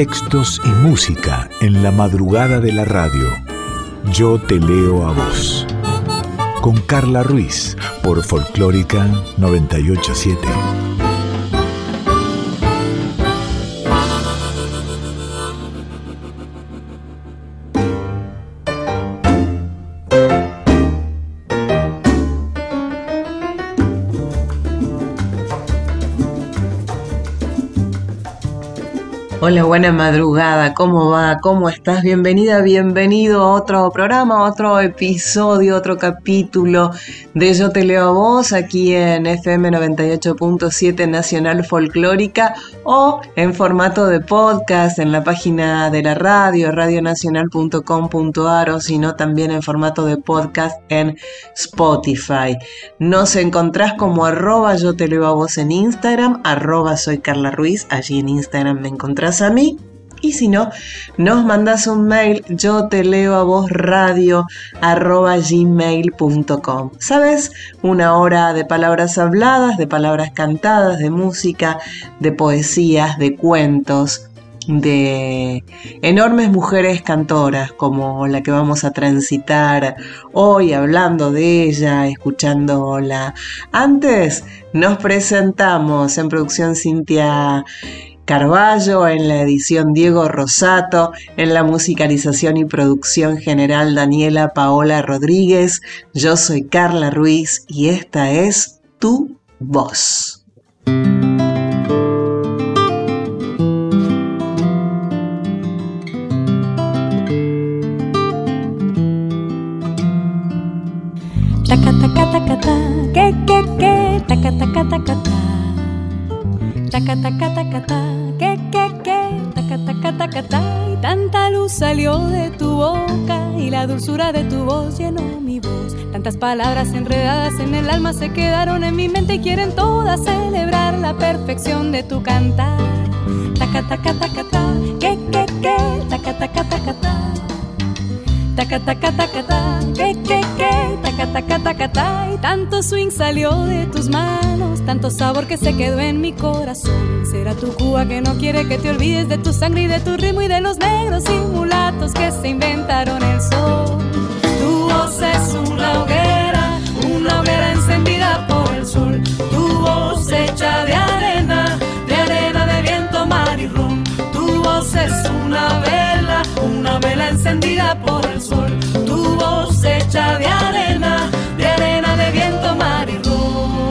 Textos y música en la madrugada de la radio. Yo te leo a vos. Con Carla Ruiz, por Folclórica 987. Hola, buena madrugada, ¿cómo va? ¿Cómo estás? Bienvenida, bienvenido a otro programa, otro episodio, otro capítulo de Yo te leo a vos, aquí en FM 98.7 Nacional Folclórica o en formato de podcast en la página de la radio, radionacional.com.ar, o si no también en formato de podcast en Spotify. Nos encontrás como @yo te leo a vos en Instagram, @soy Carla Ruiz, allí en Instagram me encontrás a mí, y si no, nos mandas un mail, yo te leo a vos radio @gmail.com. ¿Sabes? Una hora de palabras habladas, de palabras cantadas, de música, de poesías, de cuentos, de enormes mujeres cantoras como la que vamos a transitar hoy, hablando de ella, escuchándola. Antes nos presentamos: en producción Cintia Carballo, en la edición Diego Rosato, en la musicalización y producción general Daniela Paola Rodríguez. Yo soy Carla Ruiz y esta es Tu Voz. Taca taca taca ta, que taca taca taca ta. Taca taca taca ta, que taca taca taca ta. Y tanta luz salió de tu boca y la dulzura de tu voz llenó mi voz. Tantas palabras enredadas en el alma se quedaron en mi mente y quieren todas celebrar la perfección de tu cantar. Taca taca taca ta, que taca taca taca ta. Taca taca taca ta, que taca taca taca ta. Y tanto swing salió de tus manos, tanto sabor que se quedó en mi corazón. Será tu Cuba que no quiere que te olvides de tu sangre y de tu ritmo y de los negros y mulatos que se inventaron el sol. Tu voz es una hoguera encendida por el sol. Tu voz hecha de arena, de viento, mar y rum. Tu voz es una vela encendida por el sol. Tu voz hecha de arena, de viento, mar y rum.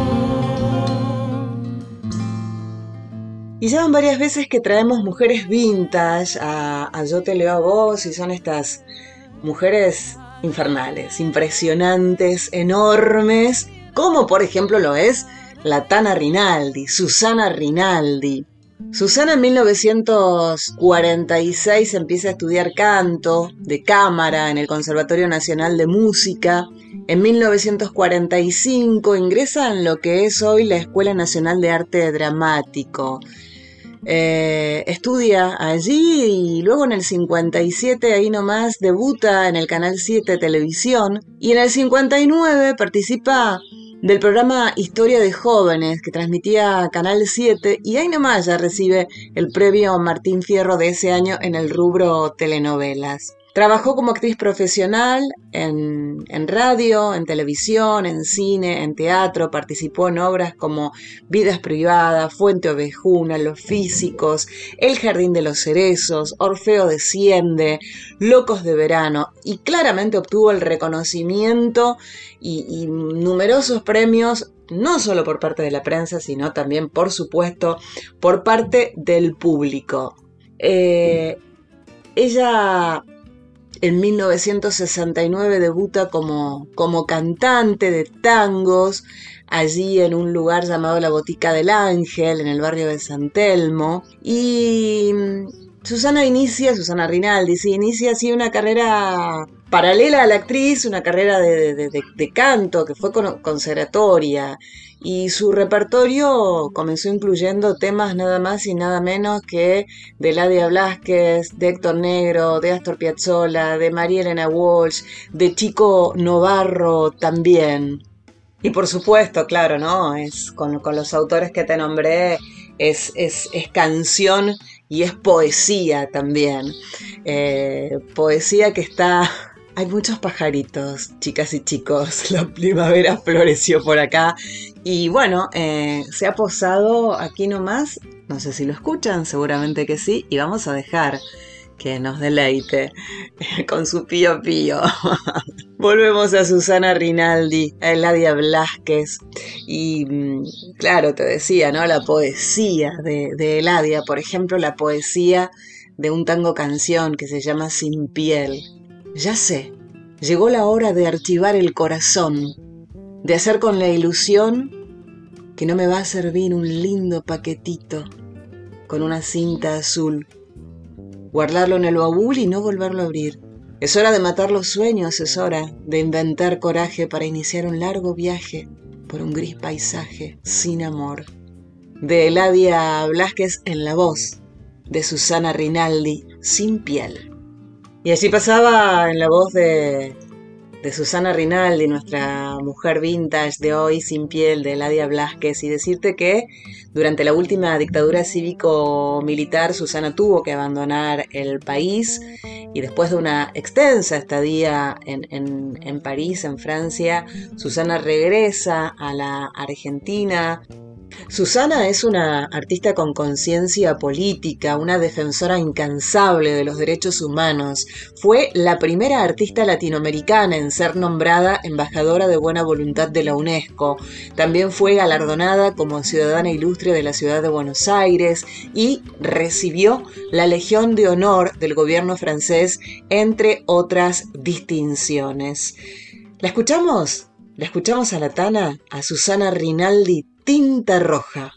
Y ya van varias veces que traemos mujeres vintage a Yo te leo a vos, y son estas mujeres infernales, impresionantes, enormes, como por ejemplo lo es la Tana Rinaldi, Susana Rinaldi. Susana en 1946 empieza a estudiar canto de cámara en el Conservatorio Nacional de Música. En 1945 ingresa en lo que es hoy la Escuela Nacional de Arte Dramático. Estudia allí y luego en el 57, ahí nomás, debuta en el Canal 7 Televisión, y en el 59 participa del programa Historia de Jóvenes que transmitía Canal 7, y ahí nomás ya recibe el premio Martín Fierro de ese año en el rubro telenovelas. Trabajó como actriz profesional en radio, en televisión, en cine, en teatro. Participó en obras como Vidas Privadas, Fuente Ovejuna, Los Físicos, El Jardín de los Cerezos, Orfeo desciende, Locos de Verano, y claramente obtuvo el reconocimiento y numerosos premios, no solo por parte de la prensa, sino también, por supuesto, por parte del público. Ella en 1969 debuta como cantante de tangos, allí en un lugar llamado La Botica del Ángel, en el barrio de San Telmo. Y Susana Rinaldi, inicia así una carrera paralela a la actriz, una carrera de canto que fue conservatoria, y su repertorio comenzó incluyendo temas nada más y nada menos que de Ladia Blasquez, de Héctor Negro, de Astor Piazzolla, de María Elena Walsh, de Chico Novarro también. Y por supuesto, claro, ¿no? Es con los autores que te nombré, es canción y es poesía también. Poesía que está... Hay muchos pajaritos, chicas y chicos. La primavera floreció por acá. Y bueno, se ha posado aquí nomás. No sé si lo escuchan, seguramente que sí. Y vamos a dejar que nos deleite con su pío pío. Volvemos a Susana Rinaldi, a Eladia Blasquez. Y claro, te decía, ¿no? La poesía de Eladia. Por ejemplo, la poesía de un tango canción que se llama Sin piel. Ya sé, llegó la hora de archivar el corazón, de hacer con la ilusión que no me va a servir un lindo paquetito con una cinta azul, guardarlo en el baúl y no volverlo a abrir. Es hora de matar los sueños, es hora de inventar coraje para iniciar un largo viaje por un gris paisaje sin amor. De Eladia Blasquez en la voz de Susana Rinaldi, Sin piel. Y allí pasaba en la voz de Susana Rinaldi, nuestra mujer vintage de hoy, Sin piel, de Eladia Blasquez. Y decirte que durante la última dictadura cívico-militar, Susana tuvo que abandonar el país. Y después de una extensa estadía en París, en Francia, Susana regresa a la Argentina. Susana es una artista con conciencia política, una defensora incansable de los derechos humanos. Fue la primera artista latinoamericana en ser nombrada embajadora de buena voluntad de la UNESCO. También fue galardonada como ciudadana ilustre de la ciudad de Buenos Aires y recibió la Legión de Honor del gobierno francés, entre otras distinciones. ¿La escuchamos? ¿La escuchamos a la Tana? A Susana Rinaldi, Tinta roja.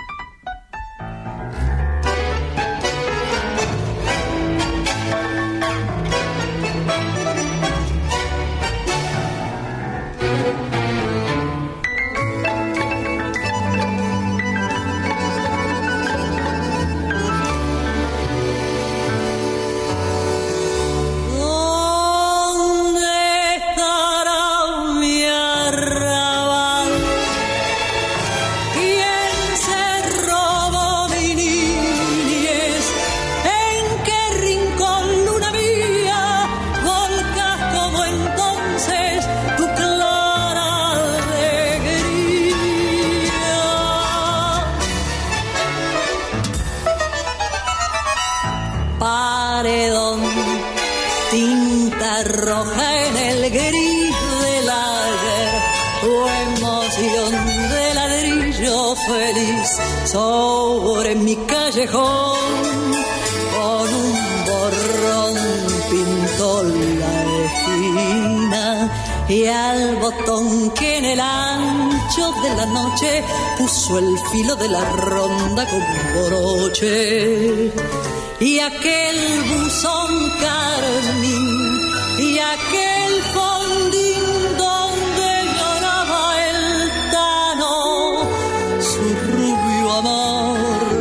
Sobre mi callejón con un borrón pintó la esquina y al botón que en el ancho de la noche puso el filo de la ronda con un broche y aquel buzón carmín y aquel fondín donde lloraba el Tano su rubio amor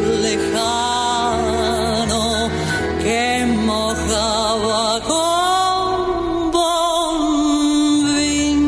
lejano que mojaba con bombín.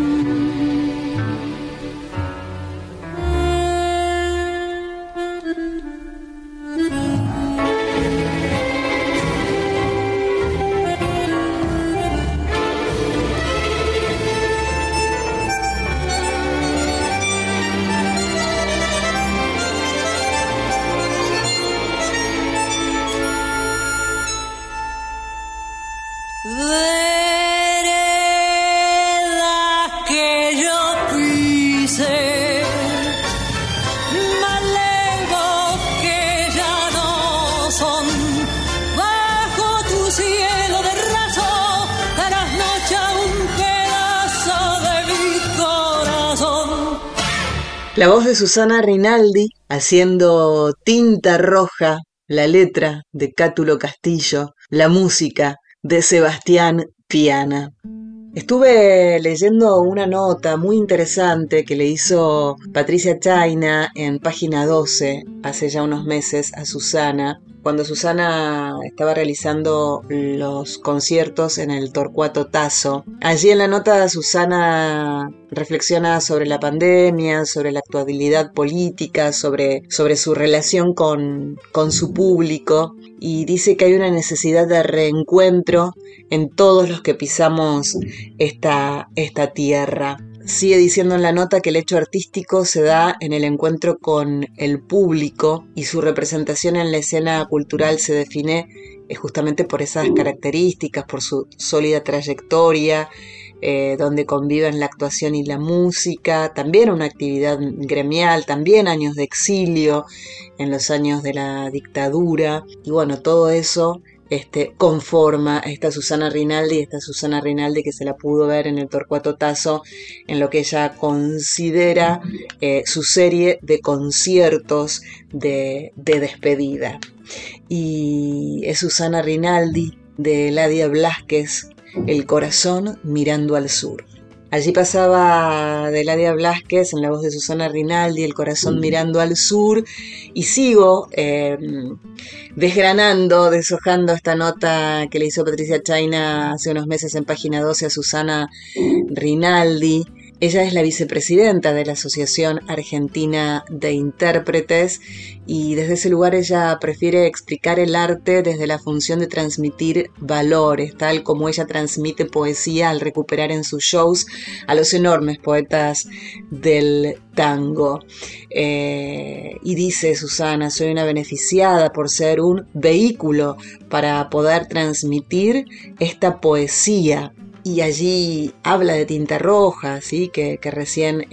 La voz de Susana Rinaldi haciendo Tinta roja, la letra de Cátulo Castillo, la música de Sebastián Piana. Estuve leyendo una nota muy interesante que le hizo Patricia Chayna en Página 12 hace ya unos meses a Susana, cuando Susana estaba realizando los conciertos en el Torcuato Tasso. Allí en la nota Susana reflexiona sobre la pandemia, sobre la actualidad política, sobre su relación con su público, y dice que hay una necesidad de reencuentro en todos los que pisamos esta tierra. Sigue diciendo en la nota que el hecho artístico se da en el encuentro con el público y su representación en la escena cultural se define justamente por esas características, por su sólida trayectoria, donde conviven la actuación y la música, también una actividad gremial, también años de exilio en los años de la dictadura, y bueno, todo eso conforma esta Susana Rinaldi que se la pudo ver en el Torcuato Tasso en lo que ella considera su serie de conciertos de despedida. Y es Susana Rinaldi de Eladia Blasquez, El corazón mirando al sur. Allí pasaba de Eladia Blasquez en la voz de Susana Rinaldi, El corazón mirando al sur, y sigo desgranando, deshojando esta nota que le hizo Patricia Chayna hace unos meses en Página 12 a Susana Rinaldi. Ella es la vicepresidenta de la Asociación Argentina de Intérpretes y desde ese lugar ella prefiere explicar el arte desde la función de transmitir valores, tal como ella transmite poesía al recuperar en sus shows a los enormes poetas del tango. Y dice Susana, soy una beneficiada por ser un vehículo para poder transmitir esta poesía. Y allí habla de Tinta Roja, ¿sí? que recién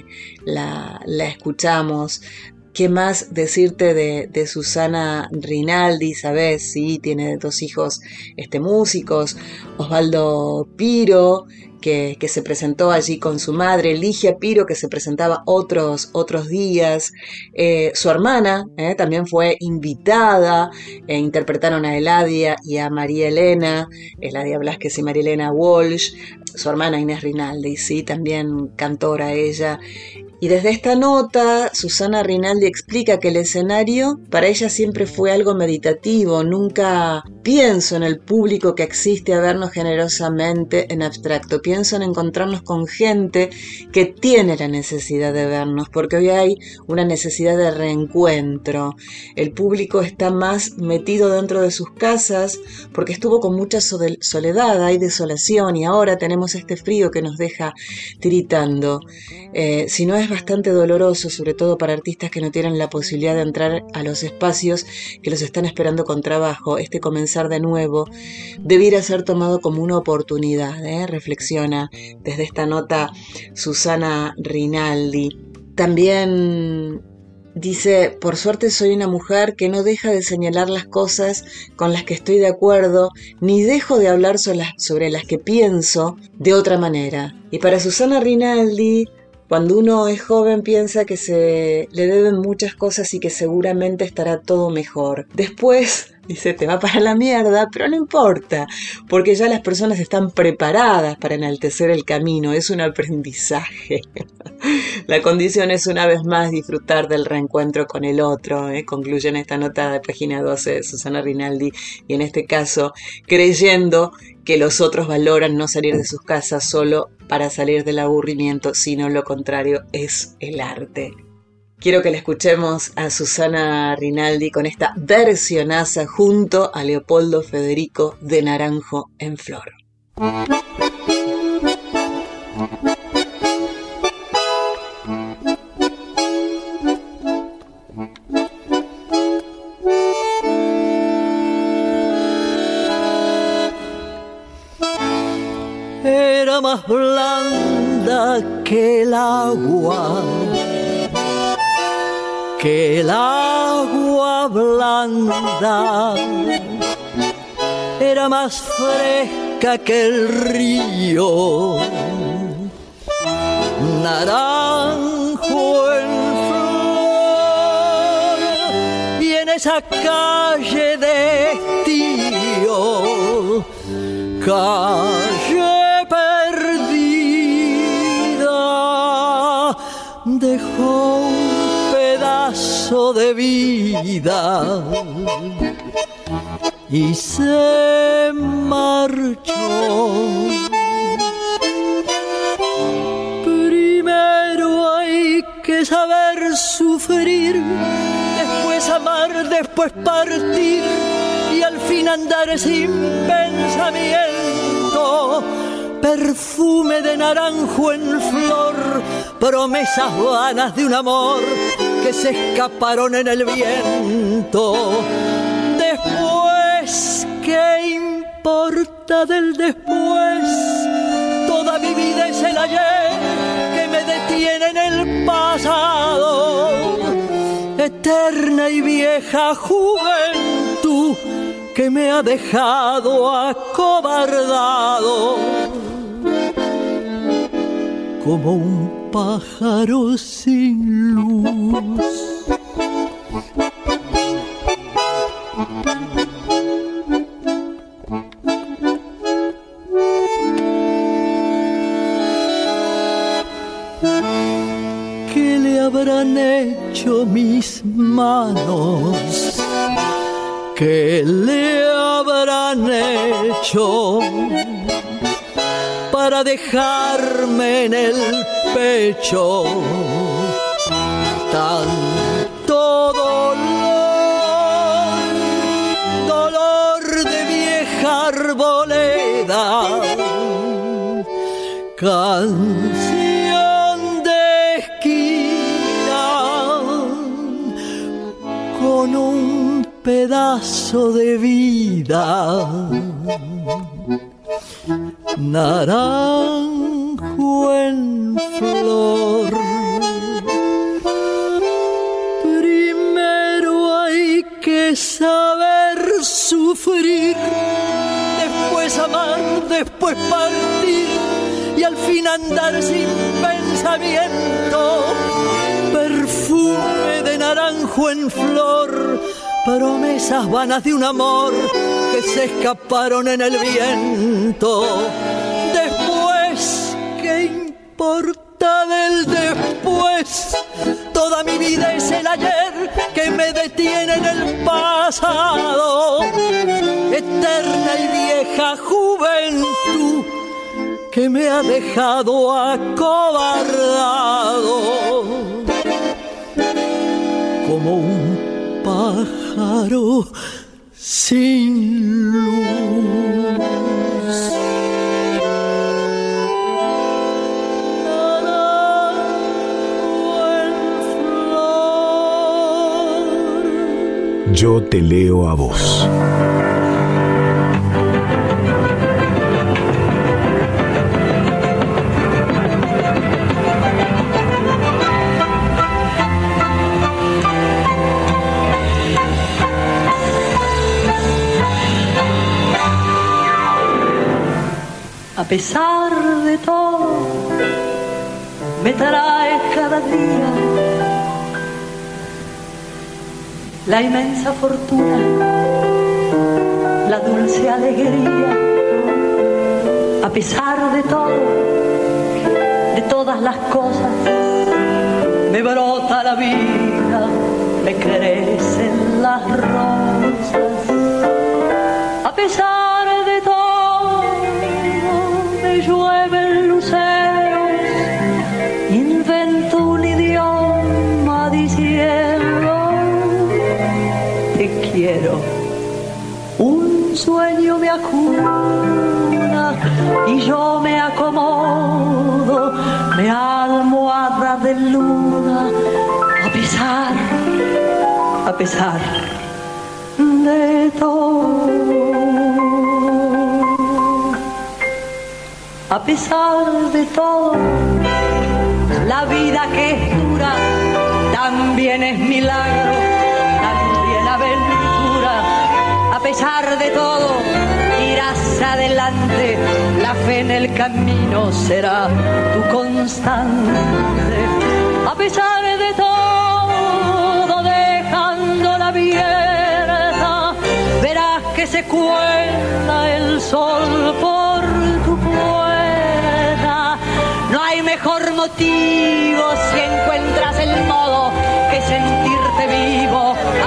la escuchamos. ¿Qué más decirte de Susana Rinaldi? ¿Sabes? Sí, tiene 2 hijos músicos. Osvaldo Piro, que se presentó allí con su madre, Ligia Piro, que se presentaba otros días. Su hermana también fue invitada, interpretaron a Eladia y a María Elena, Eladia Blasquez y María Elena Walsh. Su hermana Inés Rinaldi, sí, también cantora ella. Y desde esta nota, Susana Rinaldi explica que el escenario para ella siempre fue algo meditativo. Nunca pienso en el público que asiste a vernos generosamente en abstracto. Pienso en encontrarnos con gente que tiene la necesidad de vernos, porque hoy hay una necesidad de reencuentro. El público está más metido dentro de sus casas porque estuvo con mucha soledad, hay desolación, y ahora tenemos este frío que nos deja tiritando. Si no, es bastante doloroso, sobre todo para artistas que no tienen la posibilidad de entrar a los espacios que los están esperando con trabajo. Comenzar de nuevo debiera ser tomado como una oportunidad, reflexiona desde esta nota Susana Rinaldi. También dice, por suerte soy una mujer que no deja de señalar las cosas con las que estoy de acuerdo, ni dejo de hablar sobre las que pienso de otra manera. Y para Susana Rinaldi, cuando uno es joven piensa que se le deben muchas cosas y que seguramente estará todo mejor. Después, dice, te va para la mierda, pero no importa, porque ya las personas están preparadas para enaltecer el camino, es un aprendizaje. La condición es una vez más disfrutar del reencuentro con el otro, concluye en esta nota de Página 12 de Susana Rinaldi, y en este caso creyendo que los otros valoran no salir de sus casas solo para salir del aburrimiento, sino lo contrario, es el arte. Quiero que le escuchemos a Susana Rinaldi con esta versionaza junto a Leopoldo Federico de Naranjo en Flor. Era más blanda que el agua blanda, era más fresca que el río, naranjo en flor, y en esa calle de estío, calle perdida, dejó un pedazo pedazo de vida y se marchó. Primero hay que saber sufrir, después amar, después partir y al fin andar sin pensamiento. Perfume de naranjo en flor, promesas vanas de un amor que se escaparon en el viento. Después, ¿qué importa del después? Toda mi vida es el ayer que me detiene en el pasado. Eterna y vieja juventud que me ha dejado acobardado como un pájaro sin luz. ¿Qué le habrán hecho mis manos? ¿Qué le habrán hecho para dejarme en el pecho tanto dolor? Dolor de vieja arboleda, canción de esquina con un pedazo de vida, naranjo en flor. Primero hay que saber sufrir, después amar, después partir y al fin andar sin pensamiento. Perfume de naranjo en flor, promesas vanas de un amor que se escaparon en el viento. Después, ¿qué importa del después? Toda mi vida es el ayer que me detiene en el pasado. Eterna y vieja juventud que me ha dejado acobardado como un pájaro sin luz. Yo te leo a vos. A pesar de todo, me trae cada día la inmensa fortuna, la dulce alegría. A pesar de todo, de todas las cosas, me brota la vida, me crecen las rosas. A pesar de todo, llueven luceros, invento un idioma diciendo te quiero. Un sueño me acuna y yo me acomodo, me almohada de luna, a pesar de todo. A pesar de todo, la vida que es dura también es milagro, también aventura. A pesar de todo, irás adelante, la fe en el camino será tu constante. A pesar de todo, dejándola abierta, verás que se cuela el sol por tu puerta. No hay mejor motivo si encuentras el modo que sentirte vivo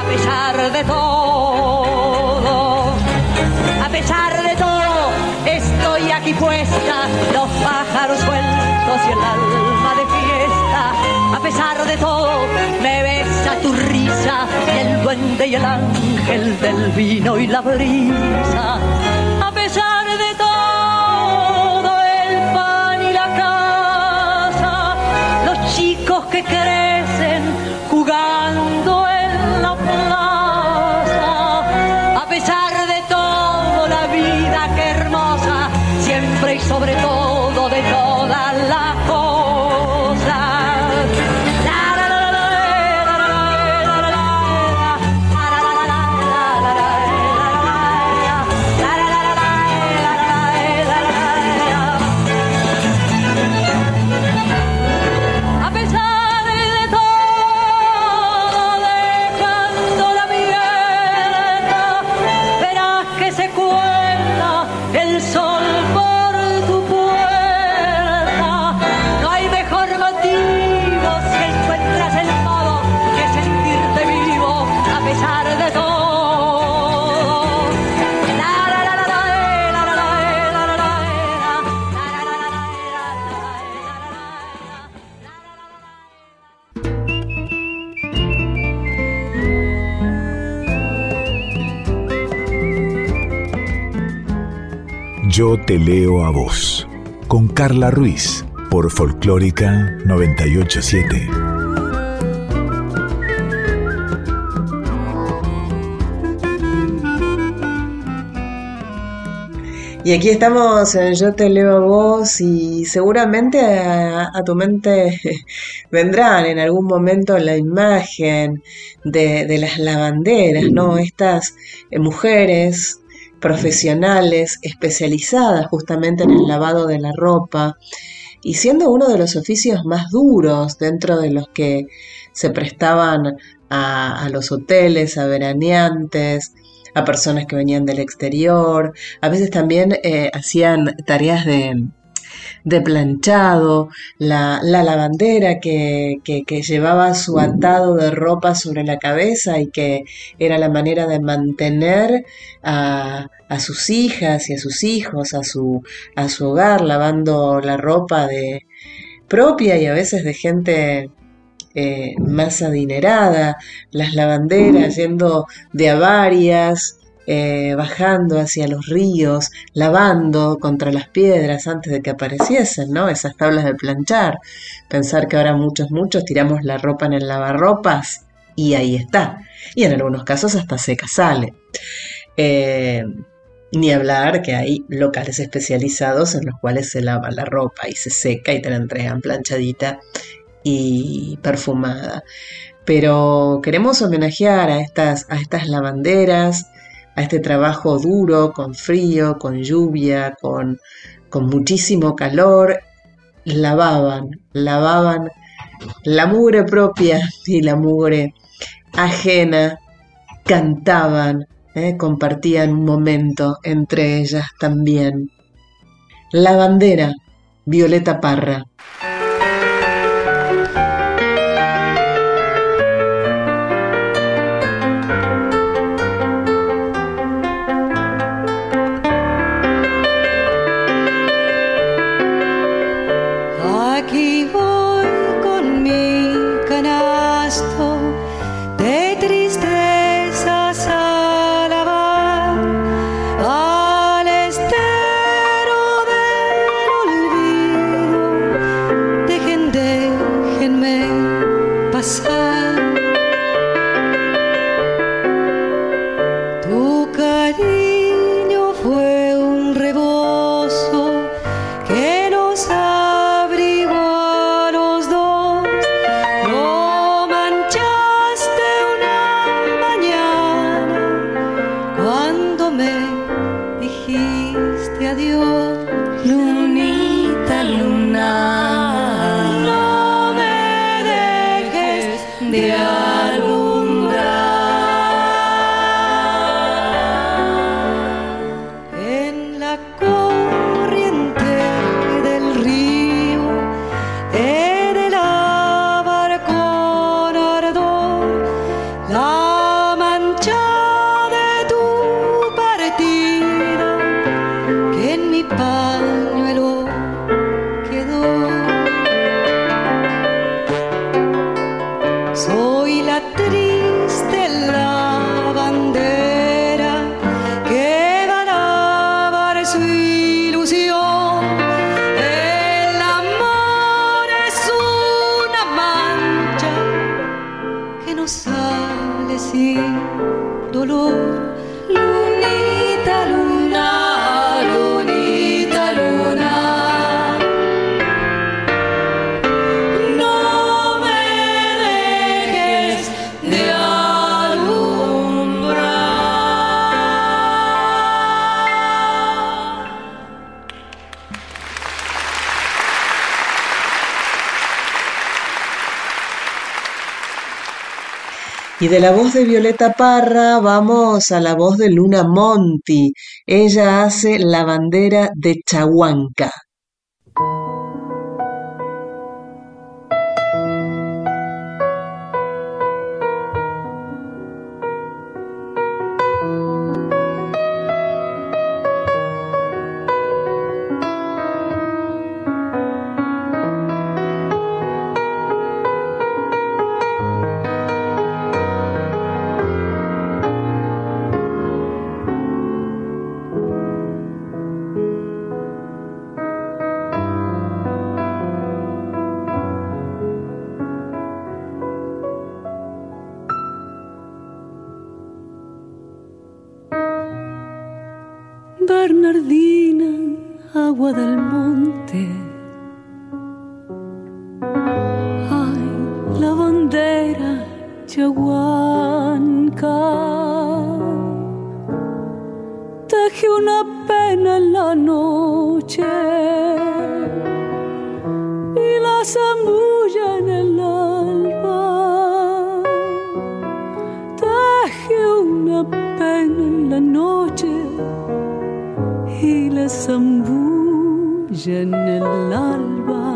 pesar de todo, a pesar de todo, estoy aquí puesta, los pájaros sueltos y el alma de fiesta. A pesar de todo, me besa tu risa, el duende y el ángel del vino y la brisa. A pesar de todo, el pan y la casa, los chicos que crecen jugando en la plaza. A pesar de todo, la vida que hermosa, siempre y sobre todo de todas las cosas. Yo te leo a vos, con Carla Ruiz, por Folclórica 987. Y aquí estamos en Yo te leo a vos, y seguramente a tu mente vendrán en algún momento la imagen de las lavanderas, ¿no? Estas mujeres profesionales especializadas justamente en el lavado de la ropa, y siendo uno de los oficios más duros dentro de los que se prestaban a los hoteles, a veraneantes, a personas que venían del exterior. A veces también hacían tareas de planchado, la lavandera que llevaba su atado de ropa sobre la cabeza y que era la manera de mantener a sus hijas y a sus hijos, a su hogar, lavando la ropa propia y a veces de gente más adinerada. Las lavanderas yendo de a varias, bajando hacia los ríos, lavando contra las piedras antes de que apareciesen, ¿no? Esas tablas de planchar. Pensar que ahora muchos tiramos la ropa en el lavarropas y ahí está. Y en algunos casos hasta seca sale. Ni hablar que hay locales especializados en los cuales se lava la ropa y se seca y te la entregan planchadita y perfumada. Pero queremos homenajear a estas lavanderas, a este trabajo duro, con frío, con lluvia, con muchísimo calor. Lavaban la mugre propia y la mugre ajena, cantaban, compartían un momento entre ellas también. Lavandera, Violeta Parra. Aquí voy con mi canasto de tristezas a lavar al estero del olvido. Déjenme pasar. Tu cariño fue un rebozo que nos abrigó a los dos. No manchaste una no sale sin dolor. Lunita, luna, lunita, luna, no me dejes de alumbrar. Y de la voz de Violeta Parra vamos a la voz de Luna Monti. Ella hace La bandera de Chahuanca. Bernardina, agua del monte. Ay, la bandera Chahuanca. Teje una pena en la noche y la zambulla en el alba. Teje una pena en la noche y la zambulla en el alba.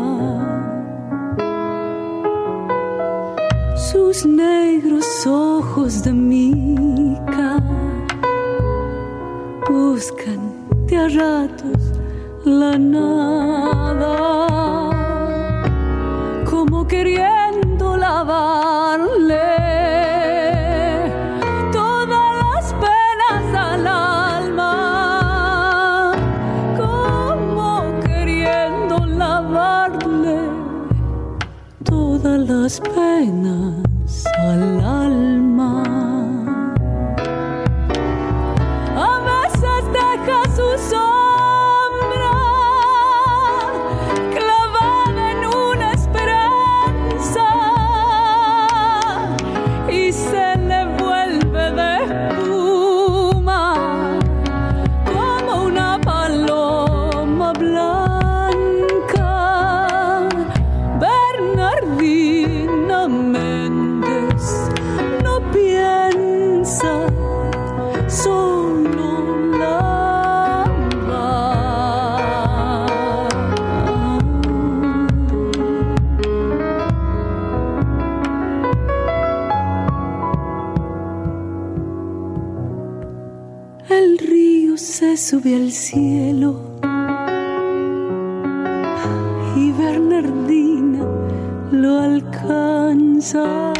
Sus negros ojos de mica buscan de a ratos la nada, como queriendo lavarle todas las penas al alma, todas las penas al alma. A veces deja su sombra clavada en una esperanza y se le vuelve de espuma como una paloma blanca. Bernardina Méndez no piensa, solo lava. El río se sube al cielo y Bernardina lo alcanza.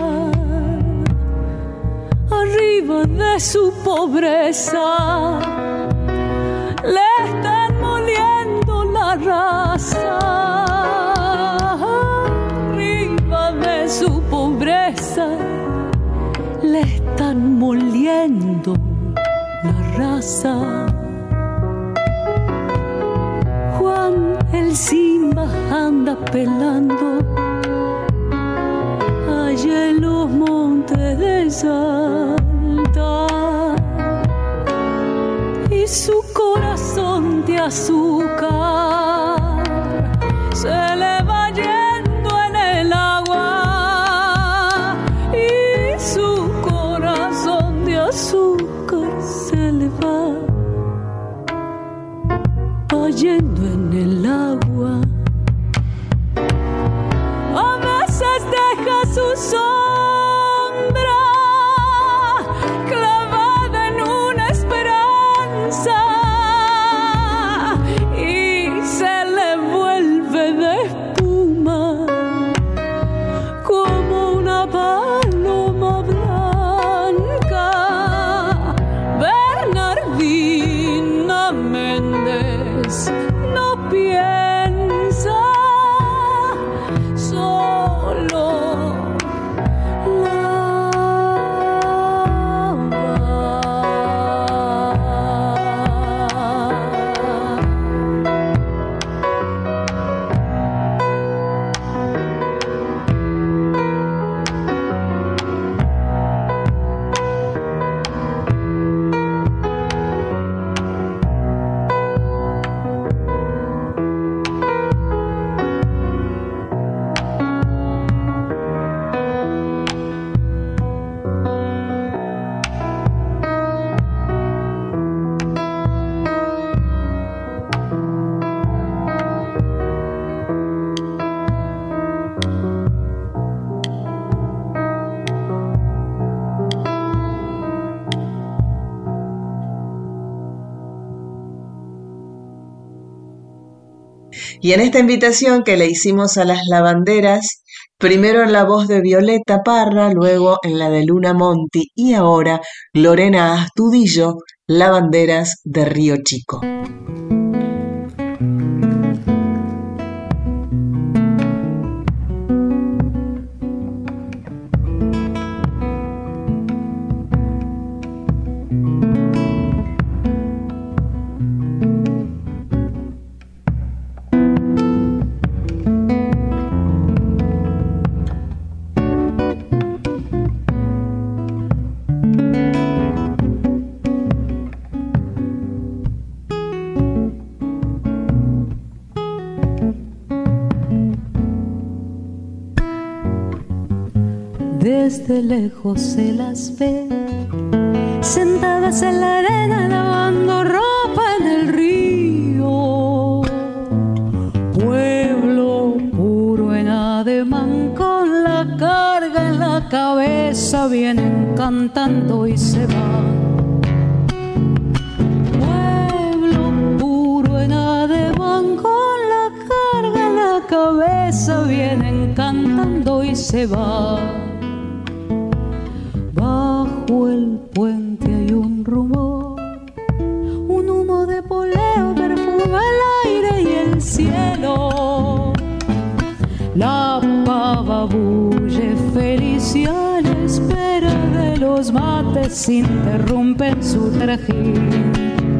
Arriba de su pobreza le están moliendo la raza. Arriba de su pobreza le están moliendo la raza. Juan el Simba anda pelando allá en los montes de Salta, y su corazón de azúcar se le va yendo en el agua, y su corazón de azúcar se le va yendo en el agua. A veces deja su sombra clavada en una esperanza y se le vuelve de Y en esta invitación que le hicimos a las lavanderas, primero en la voz de Violeta Parra, luego en la de Luna Monti y ahora Lorena Astudillo, Lavanderas de Río Chico. Desde lejos se las ve, sentadas en la arena lavando ropa en el río. Pueblo puro en ademán, con la carga en la cabeza, vienen cantando y se van. Pueblo puro en ademán, con la carga en la cabeza, vienen cantando y se van. Bajo el puente hay un rumor, un humo de poleo perfuma el aire y el cielo. La pava bulle feliz y a la espera de los mates interrumpen su trajín.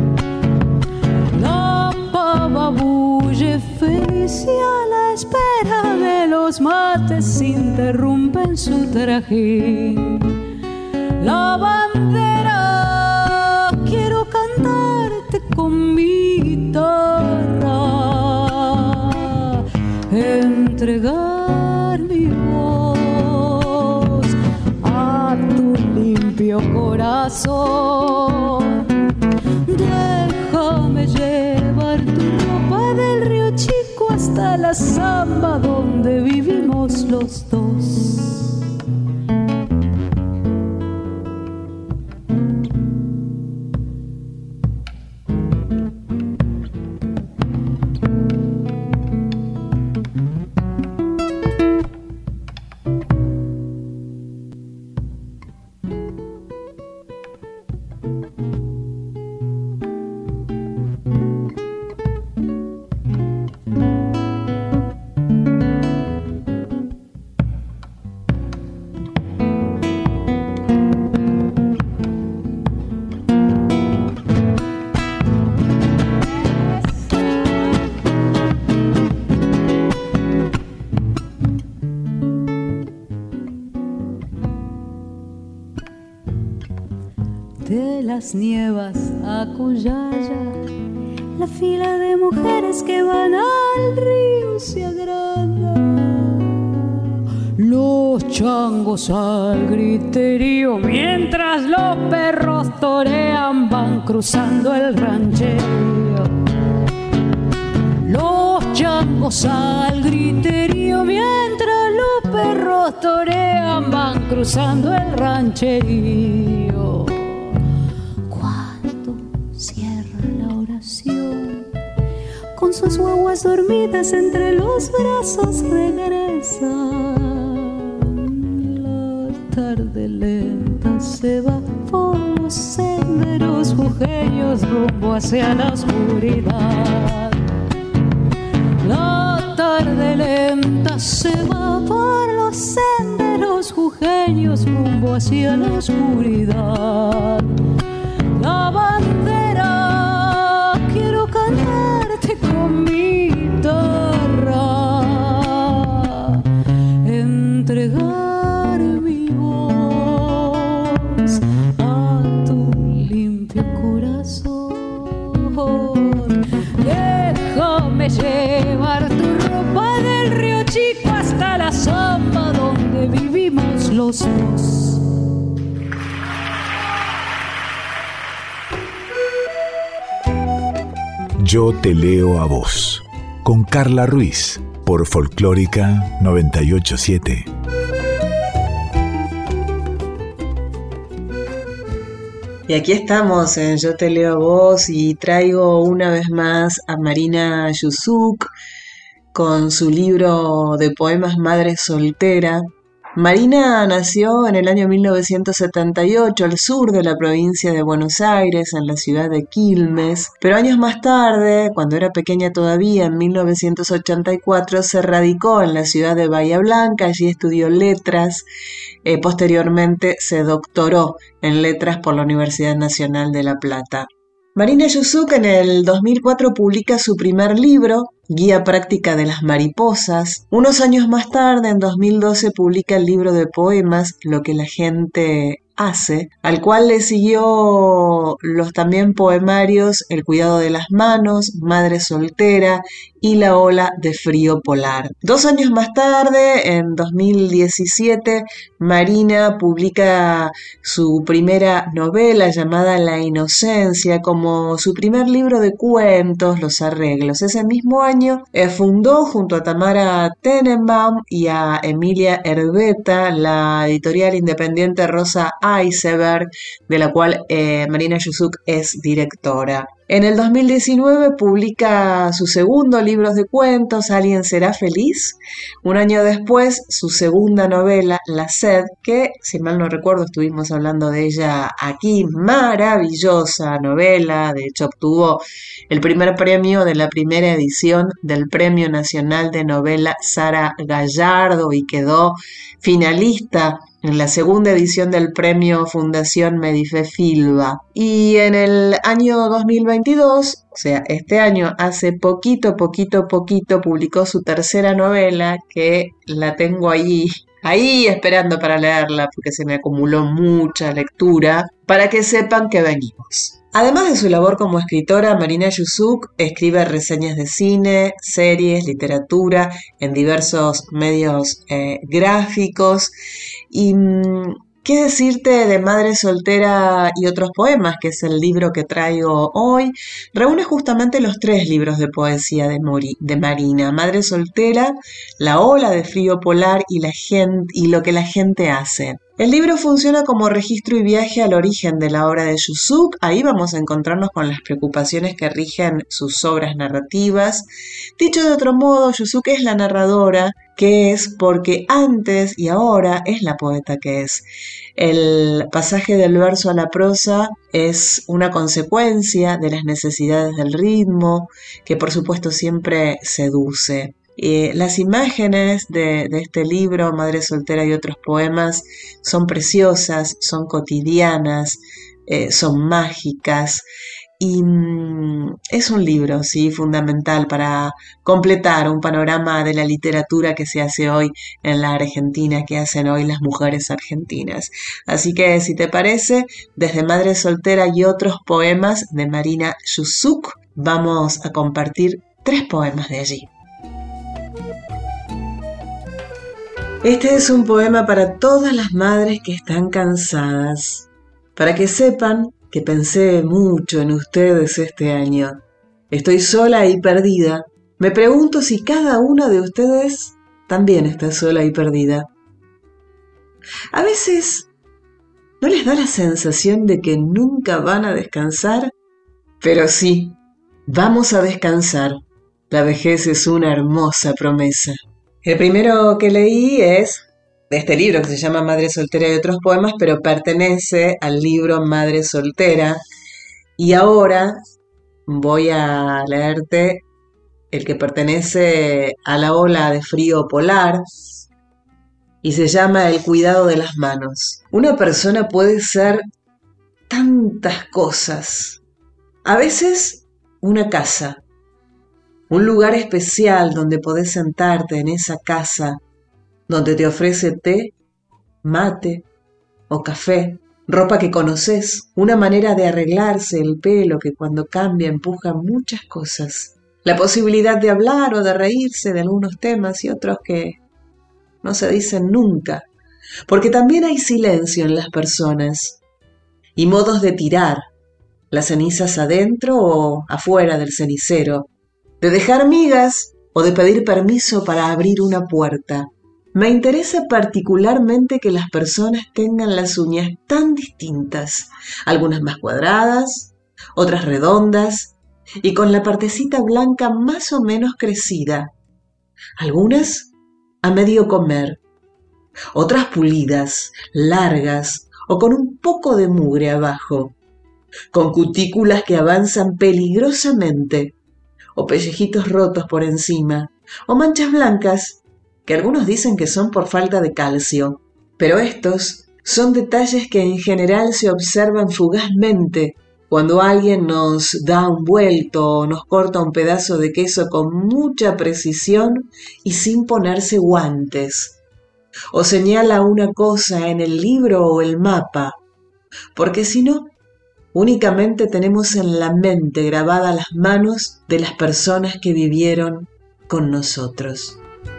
La pava bulle feliz y a la espera de los mates interrumpen su trajín. La bandera, quiero cantarte con mi guitarra, entregar mi voz a tu limpio corazón. Déjame llevar tu ropa del Río Chico hasta la zamba donde vivimos los dos. De las nievas a Cuyaya, la fila de mujeres que van al río se agranda. Los changos al griterío, mientras los perros torean, van cruzando el rancherío. Los changos al griterío, mientras los perros torean, van cruzando el rancherío. Con sus guaguas dormidas entre los brazos regresan. La tarde lenta se va por los senderos jujeños rumbo hacia la oscuridad. La tarde lenta se va por los senderos jujeños rumbo hacia la oscuridad. La bandera, quiero cantarte con mi guitarra, entregar mi voz a tu limpio corazón. Déjame llevar tu ropa del Río Chico hasta la zamba donde vivimos los dos. Yo te leo a vos, con Carla Ruiz, por Folclórica 987. Y aquí estamos en Yo te leo a vos y traigo una vez más a Marina Yusuk, con su libro de poemas Madre Soltera. Marina nació en el año 1978 al sur de la provincia de Buenos Aires, en la ciudad de Quilmes, pero años más tarde, cuando era pequeña todavía, en 1984, se radicó en la ciudad de Bahía Blanca, allí estudió letras, posteriormente se doctoró en letras por la Universidad Nacional de La Plata. Marina Yusuk en el 2004 publica su primer libro, Guía Práctica de las Mariposas. Unos años más tarde, en 2012, publica el libro de poemas Lo que la gente hace, al cual le siguió los también poemarios El cuidado de las manos, Madre Soltera y La ola de frío polar. 2 años más tarde, en 2017, Marina publica su primera novela llamada La Inocencia, como su primer libro de cuentos, Los Arreglos. Ese mismo año fundó junto a Tamara Tenenbaum y a Emilia Herbeta la editorial independiente Rosa Iceberg, de la cual Marina Yusuk es directora. En el 2019 publica su segundo libro de cuentos, ¿Alguien será feliz? Un año después, su segunda novela, La sed, que, si mal no recuerdo, estuvimos hablando de ella aquí, maravillosa novela, de hecho obtuvo el primer premio de la primera edición del Premio Nacional de Novela Sara Gallardo y quedó finalista en la segunda edición del premio Fundación Medife Filba. Y en el año 2022, o sea, este año, hace poquito, publicó su tercera novela, que la tengo ahí esperando para leerla, porque se me acumuló mucha lectura, para que sepan que venimos. Además de su labor como escritora, Marina Yusuk escribe reseñas de cine, series, literatura, en diversos medios gráficos. Y qué decirte de Madre Soltera y otros poemas, que es el libro que traigo hoy. Reúne justamente los 3 libros de poesía de Marina: Madre Soltera, La ola de frío polar y Lo que la gente hace. El libro funciona como registro y viaje al origen de la obra de Yusuk. Ahí vamos a encontrarnos con las preocupaciones que rigen sus obras narrativas. Dicho de otro modo, Yusuk es la narradora que es porque antes y ahora es la poeta que es. El pasaje del verso a la prosa es una consecuencia de las necesidades del ritmo, que por supuesto siempre seduce. Las imágenes de este libro, Madre Soltera y otros poemas, son preciosas, son cotidianas, son mágicas y es un libro, sí, fundamental para completar un panorama de la literatura que se hace hoy en la Argentina, que hacen hoy las mujeres argentinas. Así que, si te parece, desde Madre Soltera y otros poemas de Marina Yusuk, vamos a compartir 3 poemas de allí. Este es un poema para todas las madres que están cansadas, para que sepan que pensé mucho en ustedes este año. Estoy sola y perdida. Me pregunto si cada una de ustedes también está sola y perdida. A veces, ¿no les da la sensación de que nunca van a descansar? Pero sí, vamos a descansar. La vejez es una hermosa promesa. El primero que leí es de este libro que se llama Madre Soltera y otros poemas, pero pertenece al libro Madre Soltera. Y ahora voy a leerte el que pertenece a la ola de frío polar y se llama El cuidado de las manos. Una persona puede ser tantas cosas. A veces una casa. Un lugar especial donde podés sentarte en esa casa, donde te ofrece té, mate o café, ropa que conoces, una manera de arreglarse el pelo que cuando cambia empuja muchas cosas, la posibilidad de hablar o de reírse de algunos temas y otros que no se dicen nunca, porque también hay silencio en las personas y modos de tirar las cenizas adentro o afuera del cenicero, de dejar migas o de pedir permiso para abrir una puerta. Me interesa particularmente que las personas tengan las uñas tan distintas, algunas más cuadradas, otras redondas y con la partecita blanca más o menos crecida. algunas a medio comer, otras pulidas, largas o con un poco de mugre abajo, con cutículas que avanzan peligrosamente, o pellejitos rotos por encima, o manchas blancas, que algunos dicen que son por falta de calcio, pero estos son detalles que en general se observan fugazmente cuando alguien nos da un vuelto o nos corta un pedazo de queso con mucha precisión y sin ponerse guantes, o señala una cosa en el libro o el mapa, porque si no, únicamente tenemos en la mente grabadas las manos de las personas que vivieron con nosotros.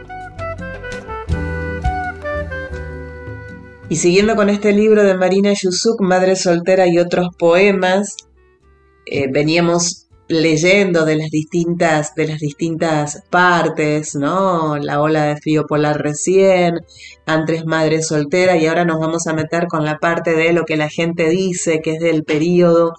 Y siguiendo con este libro de Marina Yusuk, Madre Soltera y otros poemas, veníamos leyendo de las distintas partes, ¿no? La ola de frío polar recién, antes Madre Soltera, y ahora nos vamos a meter con la parte de lo que la gente dice, que es del periodo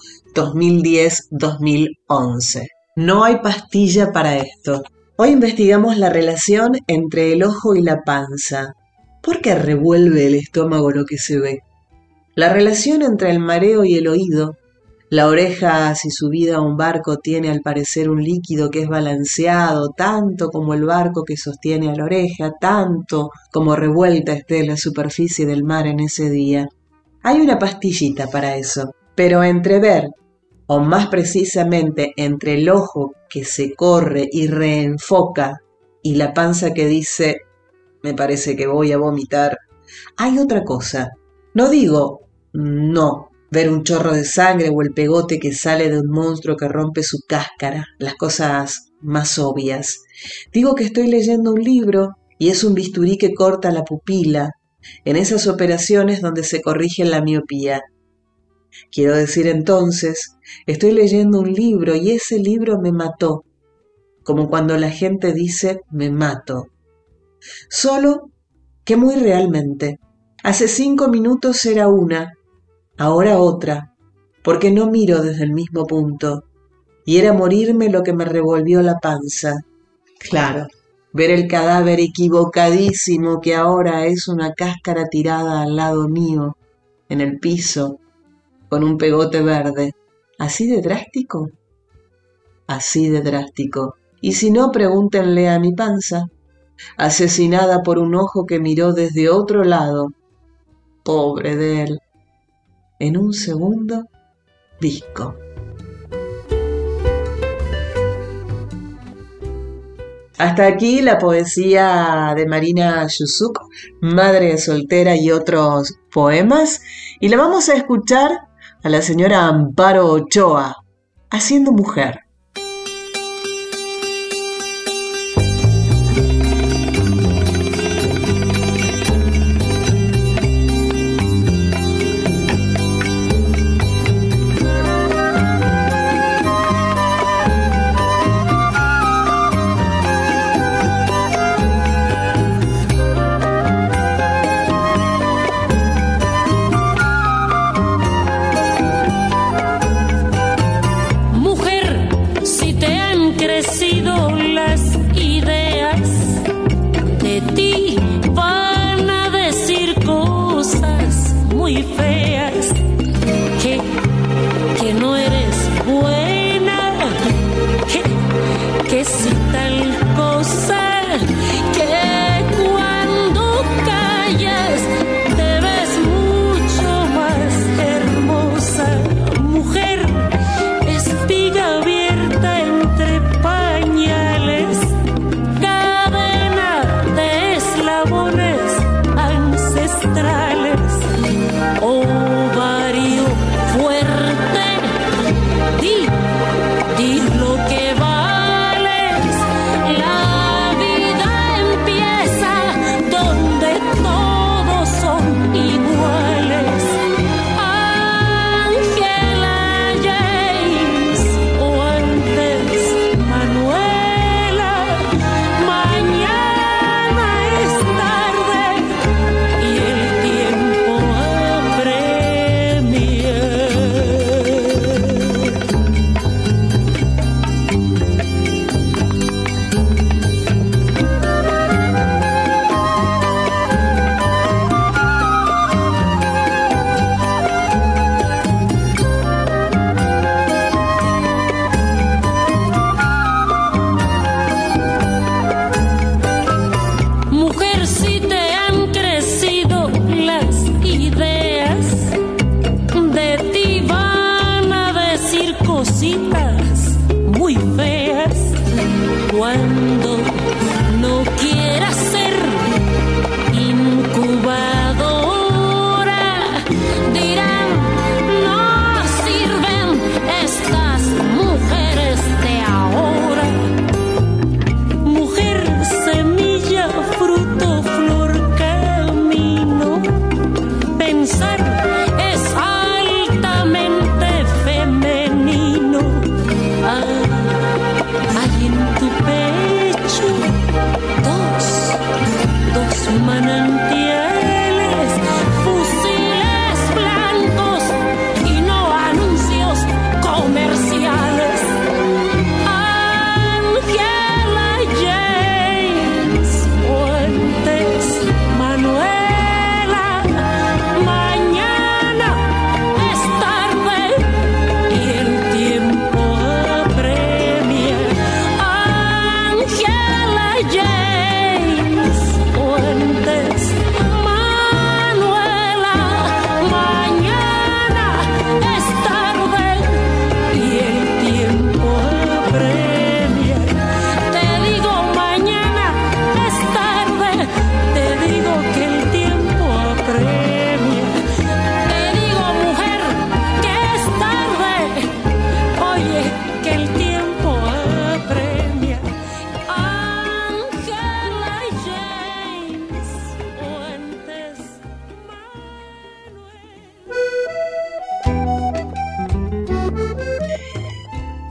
2010-2011. No hay pastilla para esto. Hoy investigamos la relación entre el ojo y la panza. ¿Por qué revuelve el estómago lo que se ve? La relación entre el mareo y el oído. La oreja, si subida a un barco, tiene al parecer un líquido que es balanceado, tanto como el barco que sostiene a la oreja, tanto como revuelta esté la superficie del mar en ese día. Hay una pastillita para eso, pero entre ver, o más precisamente entre el ojo que se corre y reenfoca y la panza que dice, me parece que voy a vomitar, hay otra cosa. No digo, no, ver un chorro de sangre o el pegote que sale de un monstruo que rompe su cáscara, las cosas más obvias. Digo que estoy leyendo un libro y es un bisturí que corta la pupila, en esas operaciones donde se corrige la miopía. Quiero decir entonces, estoy leyendo un libro y ese libro me mató, como cuando la gente dice me mato. Solo que muy realmente, hace 5 minutos era una, ahora otra, porque no miro desde el mismo punto, y era morirme lo que me revolvió la panza. Claro, ver el cadáver equivocadísimo que ahora es una cáscara tirada al lado mío, en el piso, con un pegote verde. ¿Así de drástico? Así de drástico. Y si no, pregúntenle a mi panza, asesinada por un ojo que miró desde otro lado. Pobre de él. En un segundo, visco. Hasta aquí la poesía de Marina Yusuk, Madre Soltera y otros poemas, y la vamos a escuchar a la señora Amparo Ochoa, haciendo mujer.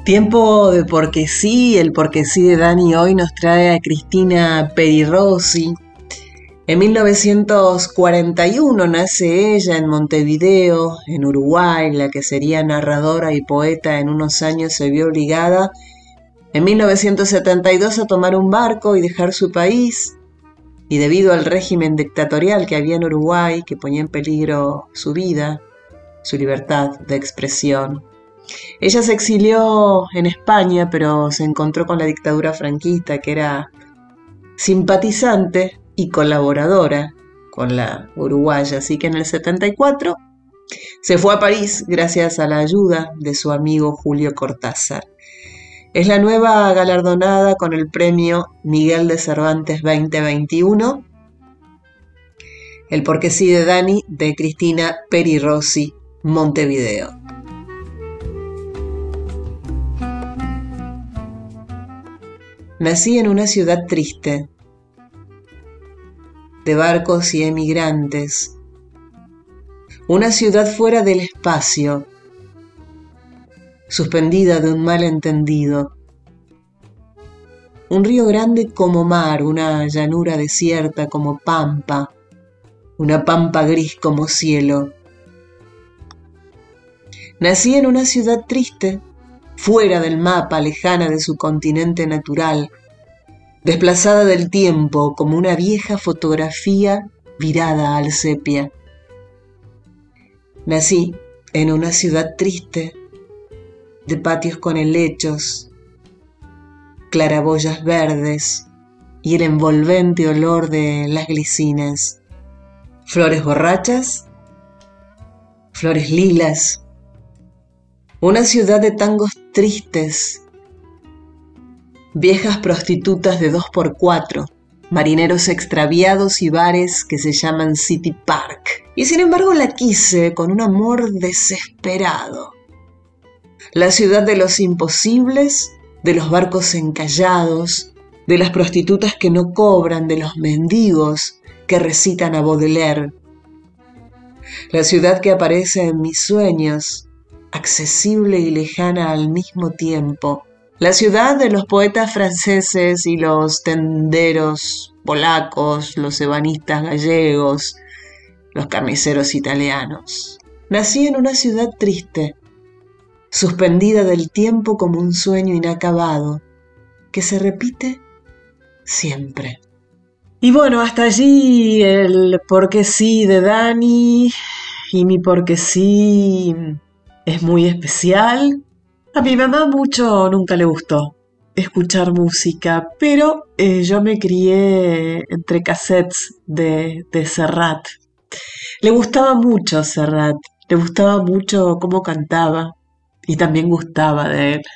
Tiempo de Porque Sí, el Porque Sí de Dani hoy nos trae a Cristina Peri Rossi. En 1941 nace ella en Montevideo, en Uruguay. La que sería narradora y poeta en unos años se vio obligada en 1972 a tomar un barco y dejar su país, y debido al régimen dictatorial que había en Uruguay, que ponía en peligro su vida, su libertad de expresión, ella se exilió en España, pero se encontró con la dictadura franquista, que era simpatizante y colaboradora con la uruguaya. Así que en el 74 se fue a París gracias a la ayuda de su amigo Julio Cortázar. Es la nueva galardonada con el premio Miguel de Cervantes 2021. El Porque Sí de Dani, de Cristina Peri Rossi, Montevideo. Nací en una ciudad triste, de barcos y emigrantes, una ciudad fuera del espacio, suspendida de un malentendido, un río grande como mar, una llanura desierta como pampa, una pampa gris como cielo. Nací en una ciudad triste, fuera del mapa, lejana de su continente natural, desplazada del tiempo como una vieja fotografía virada al sepia. Nací en una ciudad triste, de patios con helechos, claraboyas verdes y el envolvente olor de las glicinas, flores borrachas, flores lilas. Una ciudad de tangos tristes, viejas prostitutas de 2x4, marineros extraviados y bares que se llaman City Park. Y sin embargo la quise con un amor desesperado. La ciudad de los imposibles, de los barcos encallados, de las prostitutas que no cobran, de los mendigos que recitan a Baudelaire. La ciudad que aparece en mis sueños, accesible y lejana al mismo tiempo. La ciudad de los poetas franceses y los tenderos polacos, los ebanistas gallegos, los carniceros italianos. Nací en una ciudad triste, suspendida del tiempo como un sueño inacabado, que se repite siempre. Y bueno, hasta allí el Porque Sí de Dani, y mi Porque Sí es muy especial. A mi mamá mucho nunca le gustó escuchar música, pero yo me crié entre cassettes de Serrat. Le gustaba mucho Serrat, le gustaba mucho cómo cantaba y también gustaba de él.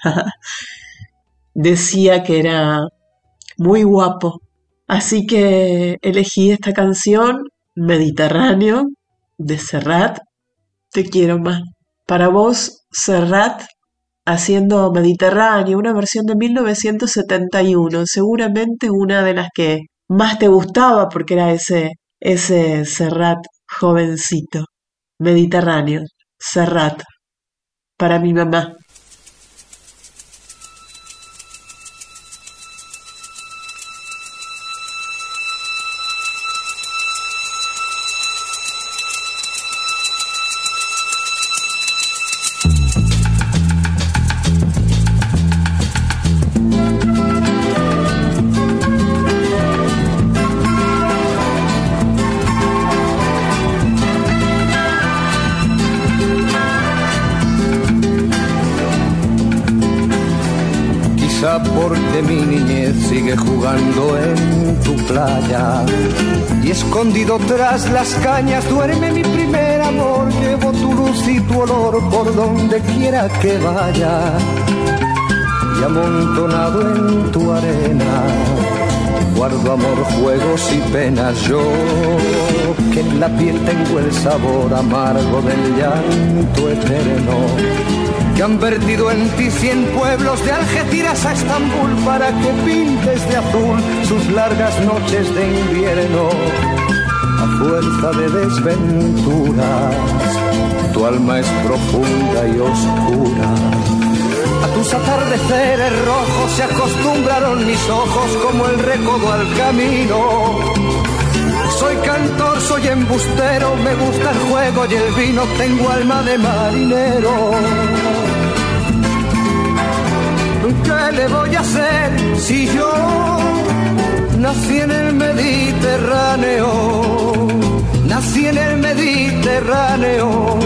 Decía que era muy guapo, así que elegí esta canción, Mediterráneo, de Serrat, Te quiero más. Para vos, Serrat, haciendo Mediterráneo, una versión de 1971, seguramente una de las que más te gustaba porque era ese Serrat jovencito. Mediterráneo, Serrat, para mi mamá. Porque mi niñez sigue jugando en tu playa y escondido tras las cañas duerme mi primer amor. Llevo tu luz y tu olor por donde quiera que vaya y amontonado en tu arena guardo amor, juegos y penas. Yo que en la piel tengo el sabor amargo del llanto eterno, que han vertido en ti 100 pueblos de Algeciras a Estambul para que pintes de azul sus largas noches de invierno. A fuerza de desventuras, tu alma es profunda y oscura. A tus atardeceres rojos se acostumbraron mis ojos como el recodo al camino. Soy cantor, soy embustero, me gusta el juego y el vino, tengo alma de marinero. ¿Qué le voy a hacer si yo nací en el Mediterráneo? Nací en el Mediterráneo.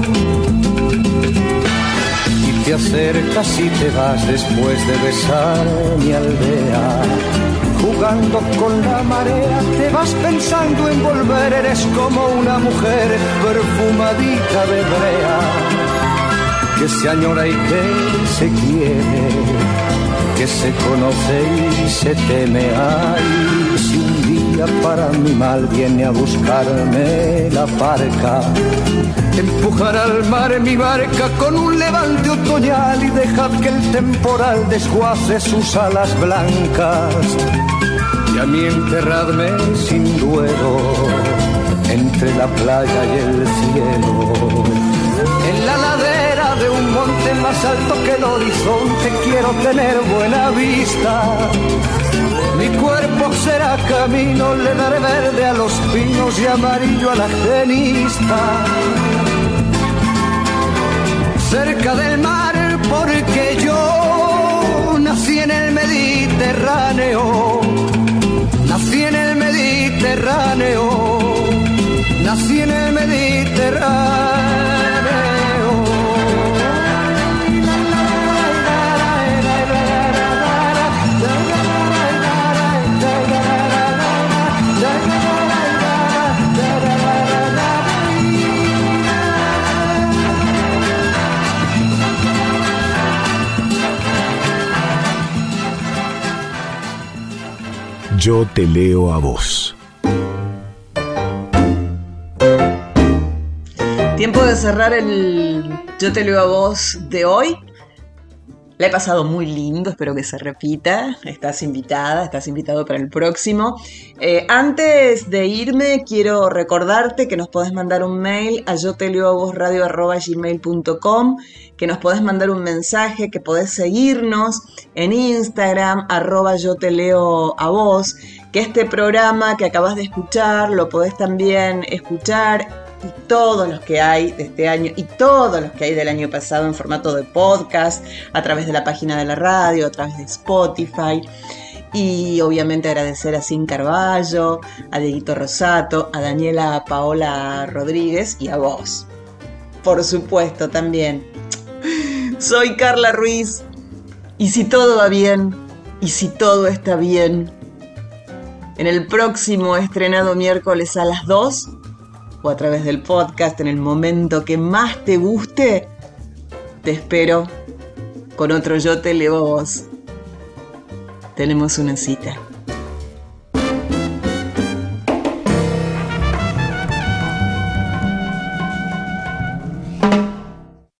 Y te acercas y te vas después de besar mi aldea. Jugando con la marea, te vas pensando en volver, eres como una mujer perfumadita de brea, que se añora y que se quiere, que se conoce y se teme. Ay, si un día para mi mal viene a buscarme la barca, empujar al mar mi barca con un levante otoñal y dejad que el temporal desguace sus alas blancas. Y a mí enterradme sin duelo entre la playa y el cielo, en la ladera de un monte más alto que el horizonte. Quiero tener buena vista, mi cuerpo será camino, le daré verde a los pinos y amarillo a la genista. Cerca del mar porque yo nací en el Mediterráneo. Nací en el Mediterráneo, nací en el Mediterráneo. Yo te leo a vos. Tiempo de cerrar el Yo te leo a vos de hoy. La he pasado muy lindo, espero que se repita. Estás invitada, estás invitado para el próximo. Antes de irme, quiero recordarte que nos podés mandar un mail a yoteleoavosradio@gmail.com, que nos podés mandar un mensaje, que podés seguirnos en Instagram, @yoteleoavos, que este programa que acabas de escuchar lo podés también escuchar, y todos los que hay de este año y todos los que hay del año pasado en formato de podcast, a través de la página de la radio, a través de Spotify. Y obviamente agradecer a Sin Carballo, a Dieguito Rosato, a Daniela Paola Rodríguez y a vos, por supuesto, también. Soy Carla Ruiz, y si todo va bien, y si todo está bien, en el próximo estrenado miércoles a las 2, o a través del podcast, en el momento que más te guste, te espero con otro Yo te leo a vos. Tenemos una cita.